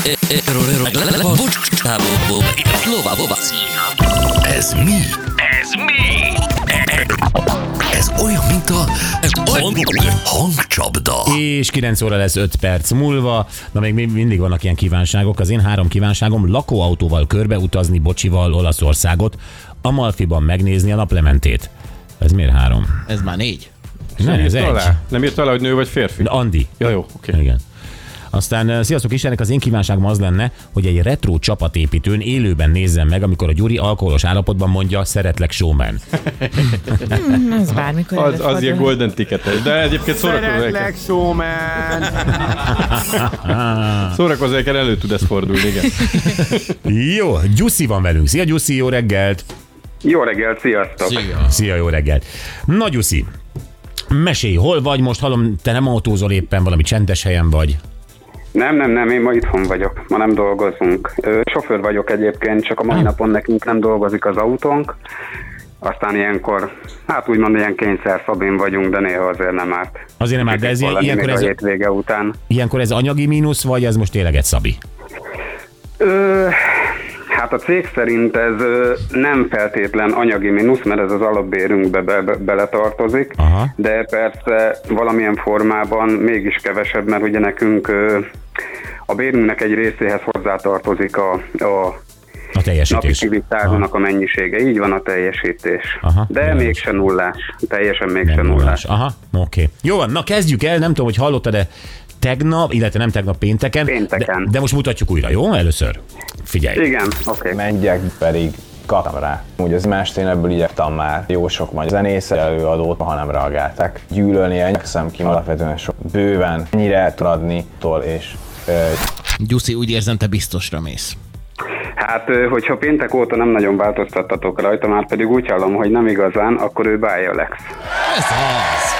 Ez mi? Ez mi? Ez olyan, mint a hangcsapda. És 9 óra lesz 5 perc múlva. Na még mindig vannak ilyen kívánságok. Az én 3 kívánságom: lakóautóval körbeutazni bocsival Olaszországot, Amalfiban megnézni a naplementét. Ez miért 3? Ez már 4. Nem, ez 1. Nem írt alá, hogy nő vagy férfi? Andi. Ja, jó, oké. Igen. Aztán sziasztok Istenek, az én kívánságom az lenne, hogy egy retro csapatépítőn élőben nézzem meg, amikor a Gyuri alkoholos állapotban mondja, szeretlek showman. Ez bármikor Az ilyen golden ticketes, de egyébként Szeretlek, showman! szórakozókon elő tud ez fordulni, igen. Jó, Gyuszi van velünk. Szia Gyuszi, jó reggelt! Jó reggelt, sziasztok! Szia, jó reggelt! Na Gyuszi, mesélj, hol vagy most? Hallom, te nem autózol éppen, valami csendes helyen vagy. Nem, én ma itthon vagyok, ma nem dolgozunk. Sofőr vagyok egyébként, csak a mai napon nekünk nem dolgozik az autónk. Aztán ilyenkor, hát úgymond ilyen kényszerszabin vagyunk, de néha azért nem árt. Azért nem árt, de ez ilyenkor ez a hétvége után. Ilyenkor ez anyagi mínusz, vagy ez most tényleg egy szabi? Hát a cég szerint ez nem feltétlen anyagi mínusz, mert ez az alapbérünkbe beletartozik, de persze valamilyen formában mégis kevesebb, mert ugye nekünk a bérünknek egy részéhez hozzátartozik a teljesítés. Napi kivitárnak a mennyisége. Így van, a teljesítés. De világos. mégsem nullás. Teljesen mégsem nullás. Oké. Jó van, na kezdjük el, nem tudom, hogy hallottad-e tegnap, illetve nem tegnap, pénteken. De most mutatjuk újra, jó? Először. Figyelj. Igen, oké. Menjek pedig kaptam rá. Úgy az mást én ebből igyekeztem már. Jó sok magyar zenész előadót, ha nem reagáltak. Gyűlölni igyekszem ki alapvetően sok bőven. Ennyire tud adni és... Gyuszi, úgy érzem, te biztosra mész. Hát, hogyha péntek óta nem nagyon változtattatok rajta, már pedig úgy hallom, hogy nem igazán, akkor ő Bája Lex. Ez az!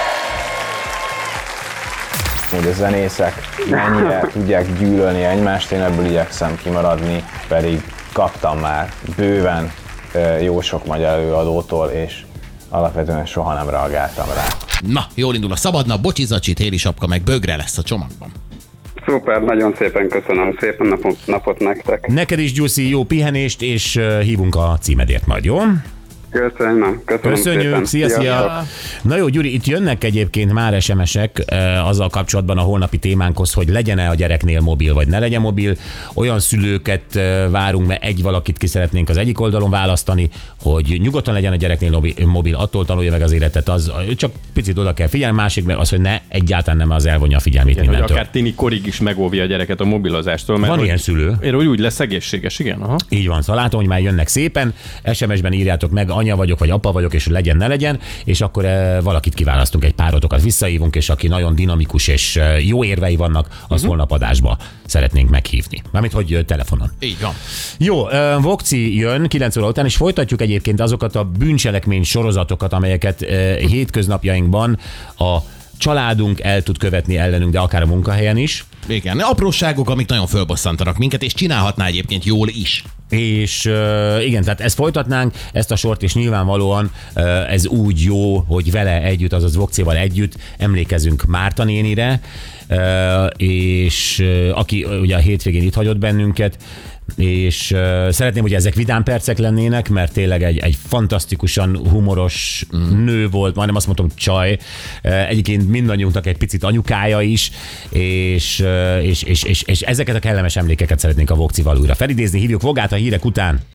Úgy a zenészek mennyire tudják gyűlölni egymást, én ebből igyekszem kimaradni, pedig kaptam már bőven jó sok magyar előadótól, és alapvetően soha nem reagáltam rá. Na, jól indul a szabadnap, bocsizacsi, téli sapka, meg bögre lesz a csomagban. Szuper, nagyon szépen köszönöm, szépen napot nektek. Neked is, Gyuszi, jó pihenést, és hívunk a címedért majd, jó? Köszönjük, szia. Na jó, Gyuri, itt jönnek egyébként már SMS-ek azzal kapcsolatban a holnapi témánkhoz, hogy legyen-e a gyereknél mobil, vagy ne legyen mobil. Olyan szülőket várunk, mert egy valakit ki szeretnénk az egyik oldalon választani, hogy nyugodtan legyen a gyereknél mobil, attól tanulja meg az életet, az csak picit oda kell figyelni, másik meg az, hogy ne, egyáltalán nem az elvonja a figyelmét mindentől. Hogy akár tini korig is megóvja a gyereket a mobilozástól. Mert van ilyen szülő. Én úgy lesz egészséges, igen. Aha. Így van, szóval látom, hogy már jönnek szépen, SMS-ben írjátok meg, anya vagyok, vagy apa vagyok, és legyen, ne legyen, és akkor valakit kiválasztunk, egy párotokat visszahívunk, és aki nagyon dinamikus és jó érvei vannak, az holnap adásba szeretnénk meghívni. Mármint, hogy telefonon. Így van. Jó, Vokci jön 9 óra után, és folytatjuk egyébként azokat a bűncselekmény sorozatokat, amelyeket hétköznapjainkban a családunk el tud követni ellenünk, de akár a munkahelyen is. Igen, apróságok, amik nagyon fölbosszantanak minket, és csinálhatná egyébként jól is. És igen, tehát ezt folytatnánk, ezt a sort, és nyilvánvalóan ez úgy jó, hogy vele együtt, azaz Vokcival együtt emlékezünk Márta nénire, és aki ugye a hétvégén itt hagyott bennünket, és szeretném, hogy ezek vidám percek lennének, mert tényleg egy fantasztikusan humoros nő volt, majdnem azt mondtam csaj, egyébként mindannyiunknak egy picit anyukája is, és ezeket a kellemes emlékeket szeretnénk a Vokcival újra felidézni. Hívjuk Vogát a hírek után.